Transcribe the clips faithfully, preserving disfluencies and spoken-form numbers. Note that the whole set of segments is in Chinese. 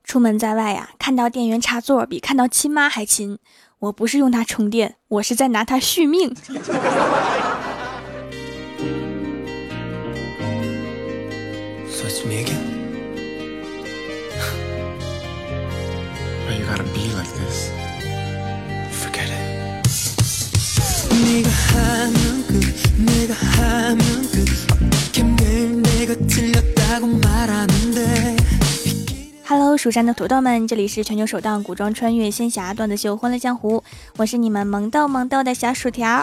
出门在外呀、啊，看到电源插座比看到亲妈还亲。我不是用它充电，我是在拿它续命。 So it's me again? Why you gotta be like this? Forget it. 네가 하면 끝, 내가 하면 끝. 어떻게 매일 내가 틀렸다고 말하는데. Hello， 蜀山的土豆们，这里是全球首档古装穿越仙侠段子秀《欢乐江湖》，我是你们萌豆萌豆的小薯条。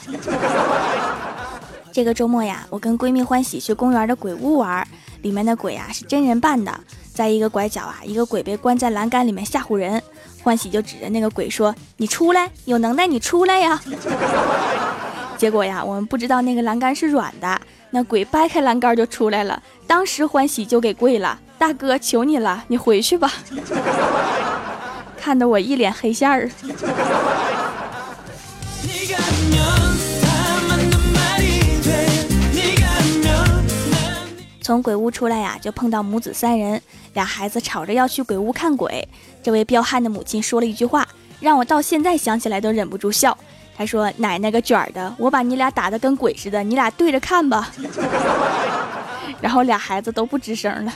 这个周末呀，我跟闺蜜欢喜去公园的鬼屋玩，里面的鬼啊是真人扮的，在一个拐角啊，一个鬼被关在栏杆里面吓唬人，欢喜就指着那个鬼说：“你出来，有能耐你出来呀！”结果呀，我们不知道那个栏杆是软的，那鬼掰开栏杆就出来了，当时欢喜就给跪了。大哥，求你了，你回去吧。看得我一脸黑线儿。从鬼屋出来呀，就碰到母子三人，俩孩子吵着要去鬼屋看鬼。这位彪悍的母亲说了一句话，让我到现在想起来都忍不住笑。她说：“奶奶个卷儿的，我把你俩打得跟鬼似的，你俩对着看吧。”然后俩孩子都不吱声了。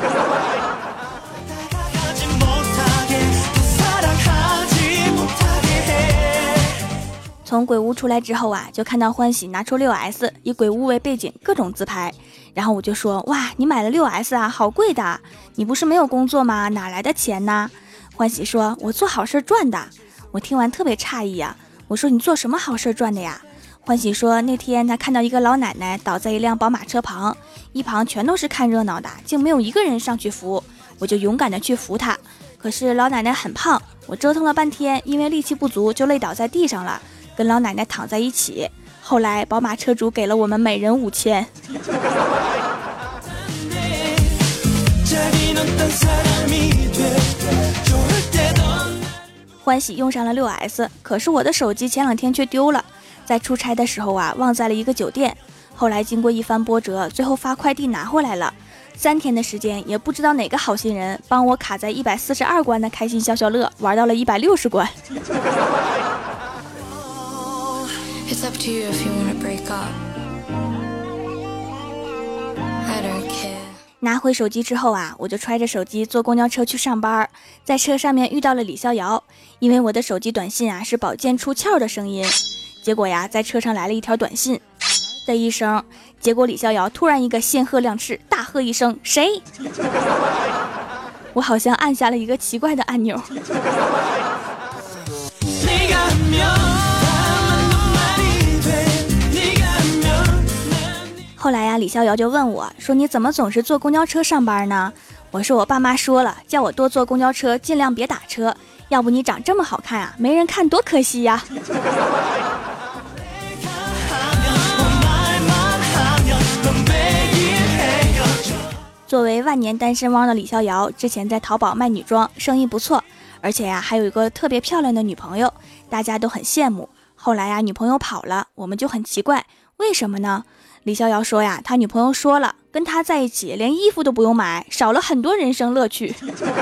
从鬼屋出来之后啊，就看到欢喜拿出 六 S， 以鬼屋为背景各种自拍。然后我就说：“哇，你买了 六 S 啊，好贵的！你不是没有工作吗？哪来的钱呢？”欢喜说：“我做好事赚的。”我听完特别诧异啊，我说：“你做什么好事赚的呀？”欢喜说，那天他看到一个老奶奶倒在一辆宝马车旁，一旁全都是看热闹的，竟没有一个人上去扶，我就勇敢的去扶她。可是老奶奶很胖，我折腾了半天，因为力气不足就累倒在地上了，跟老奶奶躺在一起。后来宝马车主给了我们每人五千。欢喜用上了 六 S， 可是我的手机前两天却丢了。在出差的时候啊，忘在了一个酒店。后来经过一番波折，最后发快递拿回来了。三天的时间，也不知道哪个好心人帮我卡在一百四十二关的开心消消乐玩到了一百六十关。It's up to you if you want to break up. I don't care. 拿回手机之后啊，我就揣着手机坐公交车去上班，在车上面遇到了李逍遥，因为我的手机短信啊是宝剑出鞘的声音。结果呀，在车上来了一条短信的一声，结果李逍遥突然一个仙鹤亮翅，大喝一声：“谁？”我好像按下了一个奇怪的按钮。后来呀，李逍遥就问我说：“你怎么总是坐公交车上班呢？”我说：“我爸妈说了，叫我多坐公交车，尽量别打车，要不你长这么好看啊，没人看多可惜呀。”作为万年单身汪的李逍遥，之前在淘宝卖女装，生意不错，而且呀还有一个特别漂亮的女朋友，大家都很羡慕。后来呀女朋友跑了，我们就很奇怪，为什么呢？李逍遥说呀，他女朋友说了，跟他在一起连衣服都不用买，少了很多人生乐趣。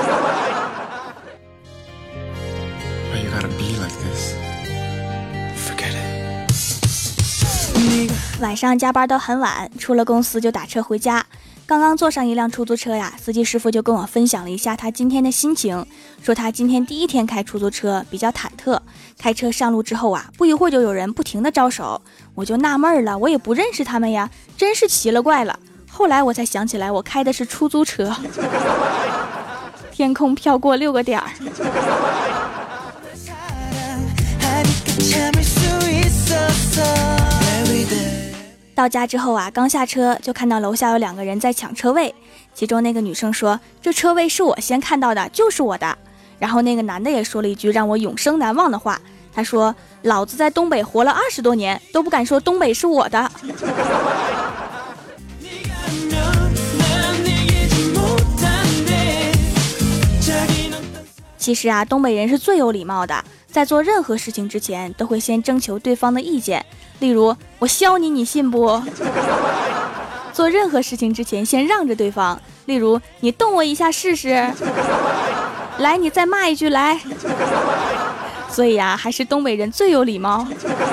晚上加班到很晚，出了公司就打车回家。刚刚坐上一辆出租车呀，司机师傅就跟我分享了一下他今天的心情，说他今天第一天开出租车，比较忐忑。开车上路之后啊，不一会儿就有人不停的招手，我就纳闷了，我也不认识他们呀，真是奇了怪了。后来我才想起来，我开的是出租车。天空飘过六个点儿。到家之后啊，刚下车就看到楼下有两个人在抢车位，其中那个女生说：“这车位是我先看到的，就是我的。”然后那个男的也说了一句让我永生难忘的话，他说：“老子在东北活了二十多年，都不敢说东北是我的。”其实啊，东北人是最有礼貌的，在做任何事情之前都会先征求对方的意见，例如我削你，你信不？做任何事情之前先让着对方，例如你动我一下试试。 来，你再骂一句来。所以啊，还是东北人最有礼貌。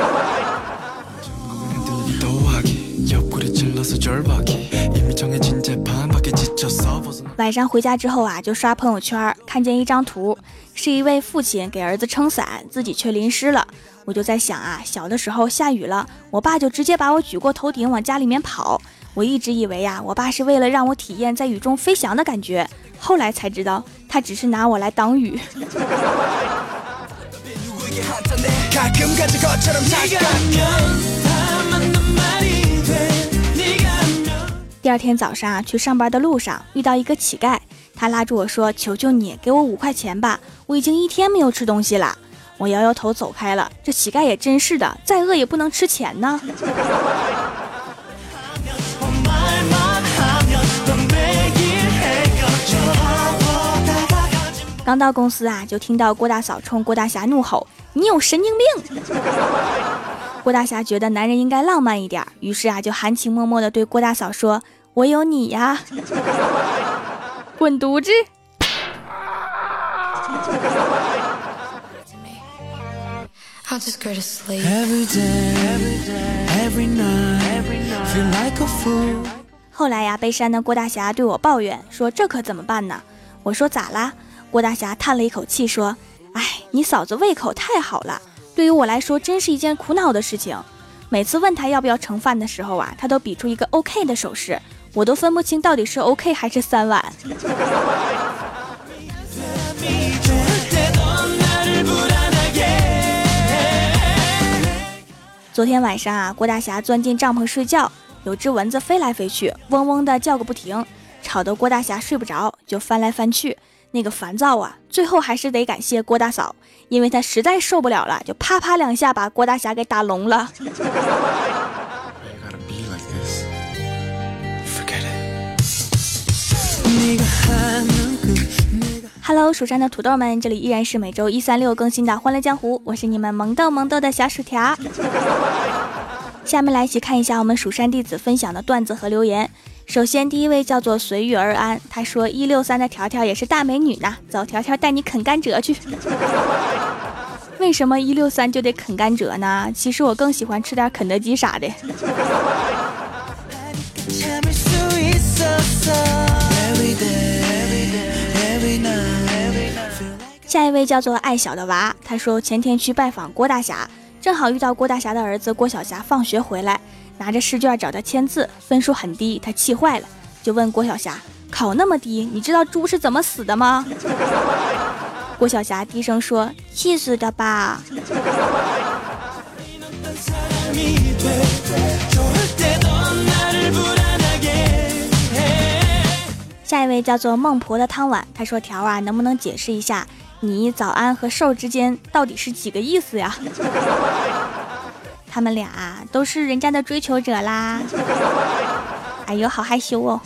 晚上回家之后啊，就刷朋友圈，看见一张图，是一位父亲给儿子撑伞，自己却淋湿了。我就在想啊，小的时候下雨了，我爸就直接把我举过头顶往家里面跑。我一直以为呀、啊，我爸是为了让我体验在雨中飞翔的感觉，后来才知道他只是拿我来挡雨。第二天早上啊，去上班的路上遇到一个乞丐，他拉住我说：“求求你给我五块钱吧，我已经一天没有吃东西了。”我摇摇头走开了。这乞丐也真是的，再饿也不能吃钱呢。刚到公司啊，就听到郭大嫂冲郭大侠怒吼：“你有神经病！”郭大侠觉得男人应该浪漫一点，于是啊，就含情脉脉地对郭大嫂说：“我有你呀，滚犊子！”后来呀，被扇的郭大侠对我抱怨说：“这可怎么办呢？”我说：“咋啦？”郭大侠叹了一口气说：“哎，你嫂子胃口太好了，对于我来说真是一件苦恼的事情。每次问他要不要盛饭的时候啊，他都比出一个 OK 的手势，我都分不清到底是 OK 还是三碗。”昨天晚上啊，郭大侠钻进帐篷睡觉，有只蚊子飞来飞去，嗡嗡的叫个不停，吵得郭大侠睡不着，就翻来翻去，那个烦躁啊，最后还是得感谢郭大嫂，因为他实在受不了了，就啪啪两下把郭大侠给打聋了。Hello， 蜀山的土豆们，这里依然是每周一三六更新的欢乐江湖，我是你们萌豆萌豆的小薯条。下面来一起看一下我们蜀山弟子分享的段子和留言。首先第一位叫做随遇而安，他说一六三的条条也是大美女呢，走，条条带你啃甘蔗去。为什么一六三就得啃甘蔗呢？其实我更喜欢吃点肯德基啥的。下一位叫做爱小的娃，他说前天去拜访郭大侠，正好遇到郭大侠的儿子郭晓霞放学回来，拿着试卷找他签字，分数很低，他气坏了，就问郭晓霞：“考那么低，你知道猪是怎么死的吗？”郭晓霞低声说：“气死的吧。”下一位叫做孟婆的汤碗，他说：“条啊，能不能解释一下你早安和瘦之间到底是几个意思呀？”他们俩都是人家的追求者啦。哎呦，好害羞哦。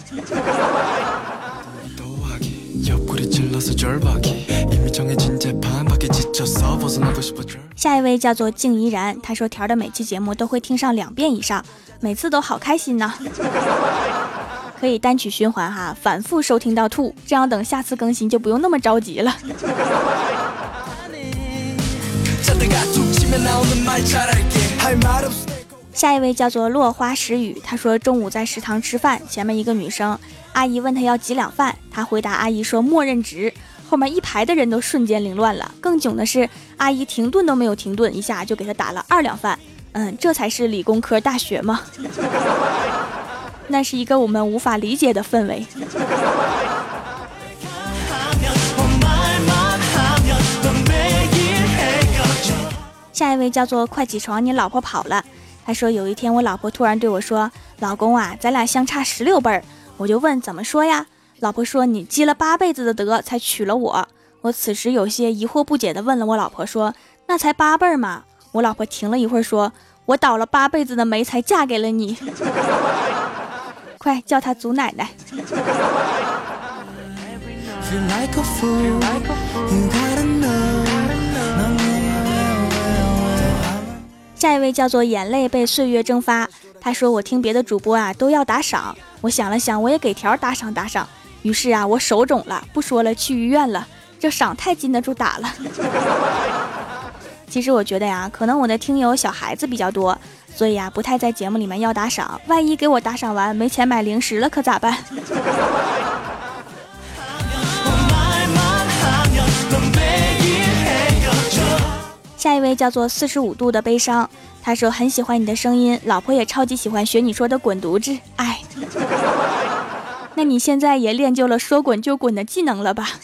下一位叫做静怡然，他说条的每期节目都会听上两遍以上，每次都好开心呢。可以单曲循环哈，反复收听到吐，这样等下次更新就不用那么着急了。下一位叫做落花时雨，他说中午在食堂吃饭，前面一个女生阿姨问他要几两饭，他回答阿姨说默认值，后面一排的人都瞬间凌乱了。更囧的是阿姨停顿都没有停顿，一下就给他打了二两饭。嗯，这才是理工科大学吗？那是一个我们无法理解的氛围。下一位叫做快起床，你老婆跑了。他说有一天我老婆突然对我说，老公啊，咱俩相差十六辈儿。我就问怎么说呀？老婆说你积了八辈子的德才娶了我。我此时有些疑惑不解地问了我老婆说，那才八辈儿嘛？我老婆停了一会儿说，我倒了八辈子的霉才嫁给了你。快叫他祖奶奶。下一位叫做眼泪被岁月蒸发，他说我听别的主播啊都要打赏，我想了想我也给条打赏打赏，于是啊我手肿了，不说了，去医院了， 这赏太经得住打了。其实我觉得呀，可能我的听友小孩子比较多，所以呀不太在节目里面要打赏，万一给我打赏完没钱买零食了可咋办？下一位叫做四十五度的悲伤，他说很喜欢你的声音，老婆也超级喜欢学你说的滚犊子，哎，那你现在也练就了说滚就滚的技能了吧？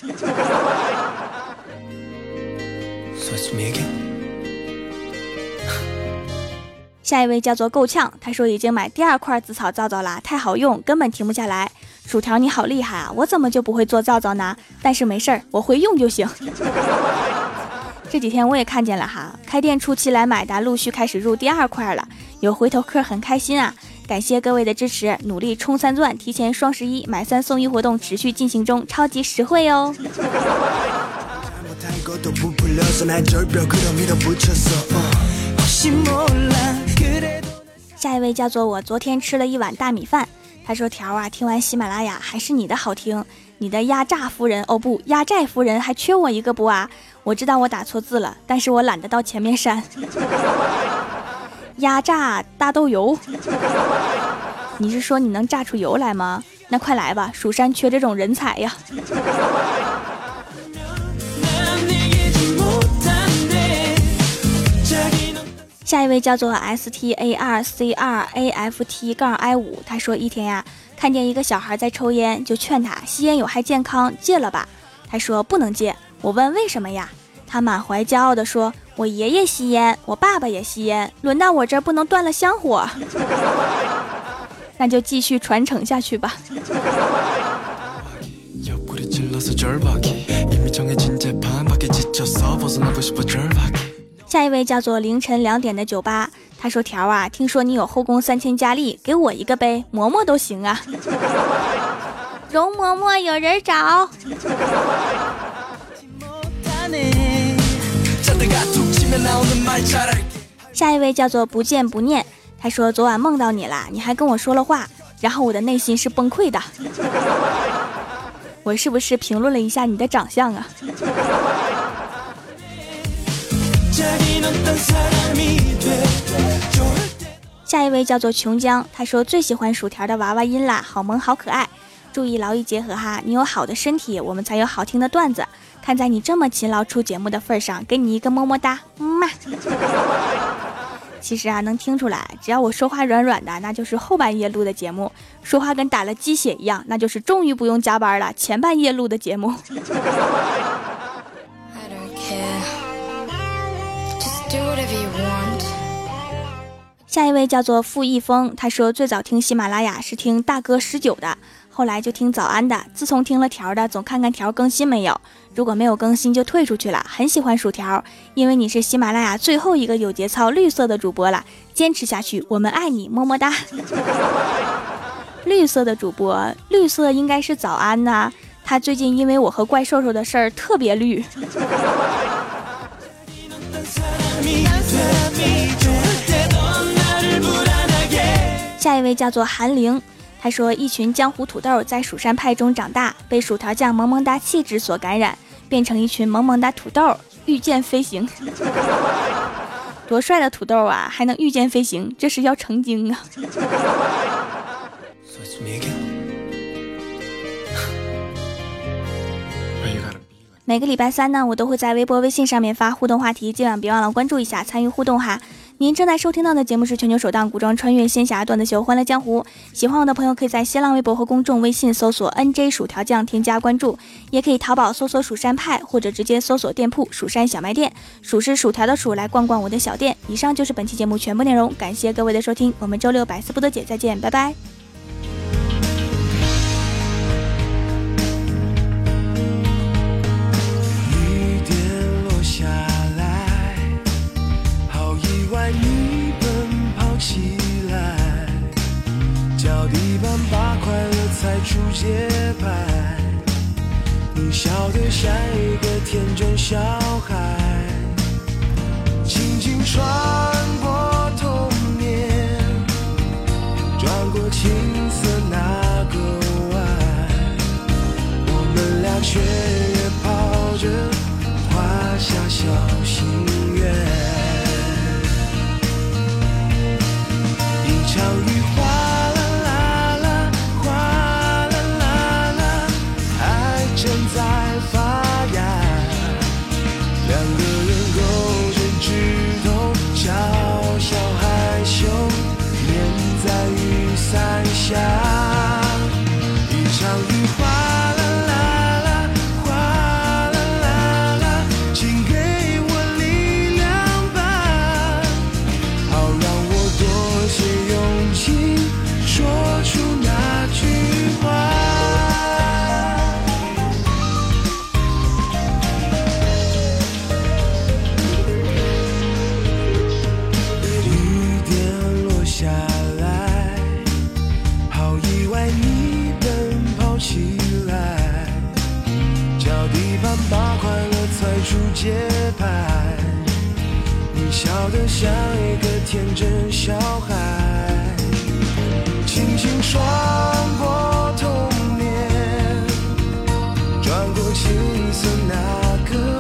下一位叫做够呛，他说已经买第二块紫草皂皂啦，太好用，根本停不下来。薯条你好厉害啊，我怎么就不会做皂皂呢？但是没事儿，我会用就行。这几天我也看见了哈，开店初期来买的陆续开始入第二块了，有回头客很开心啊，感谢各位的支持，努力冲三钻，提前双十一买三送一活动持续进行中，超级实惠哦。下一位叫做我昨天吃了一碗大米饭，他说条啊，听完喜马拉雅还是你的好听，你的压榨夫人哦不压寨夫人还缺我一个不啊？我知道我打错字了，但是我懒得到前面删。压榨大豆油，你是说你能榨出油来吗？那快来吧，蜀山缺这种人才呀。下一位叫做 S T A R C R A F T 杠 I 五， 他说一天呀看见一个小孩在抽烟，就劝他吸烟有害健康，戒了吧。他说不能戒，我问为什么呀？他满怀骄傲地说，我爷爷吸烟，我爸爸也吸烟，轮到我这儿不能断了香火。那就继续传承下去吧。下一位叫做凌晨两点的酒吧，他说条啊，听说你有后宫三千佳丽，给我一个呗，嬷嬷都行啊。容嬷嬷有人找。下一位叫做不见不念，他说昨晚梦到你啦，你还跟我说了话，然后我的内心是崩溃的。我是不是评论了一下你的长相啊？下一位叫做琼江，他说最喜欢薯条的娃娃音啦，好萌好可爱，注意劳逸结合哈，你有好的身体，我们才有好听的段子，看在你这么勤劳出节目的份上，给你一个么么哒，嘛。其实啊，能听出来，只要我说话软软的，那就是后半夜录的节目；说话跟打了鸡血一样，那就是终于不用加班了，前半夜录的节目。下一位叫做傅一峰，他说最早听喜马拉雅是听大哥十九的，后来就听早安的，自从听了条的，总看看条更新没有，如果没有更新就退出去了，很喜欢薯条，因为你是喜马拉雅最后一个有节操绿色的主播了，坚持下去，我们爱你，么么哒。绿色的主播，绿色应该是早安呐、啊，他最近因为我和怪兽兽的事儿特别绿。下一位叫做韩玲，他说一群江湖土豆在蜀山派中长大，被薯条酱萌萌哒气质所感染，变成一群萌萌哒土豆，御剑飞行。多帅的土豆啊，还能御剑飞行，这是要成精啊。每个礼拜三呢，我都会在微博微信上面发互动话题，今晚别忘了关注一下，参与互动哈。您正在收听到的节目是全球首档古装穿越仙侠段子秀《欢乐江湖》，喜欢我的朋友可以在新浪微博和公众微信搜索 N J 薯条酱添加关注，也可以淘宝搜索蜀山派，或者直接搜索店铺蜀山小卖店，蜀是薯条的薯，来逛逛我的小店。以上就是本期节目全部内容，感谢各位的收听，我们周六百思不得解再见，拜拜。 你奔跑起来，脚底板把快乐踩出节拍，你笑得像一个天真小孩，轻轻穿过童年，转过青涩那个弯，我们俩却也跑着个人勾着指头，小小害羞，黏在雨伞下。一场雨哗啦啦啦，哗啦啦啦，请给我力量吧，好让我多些勇气说出那句话。把快乐踩出节拍，你笑得像一个天真小孩，轻轻穿过童年，转过青涩那个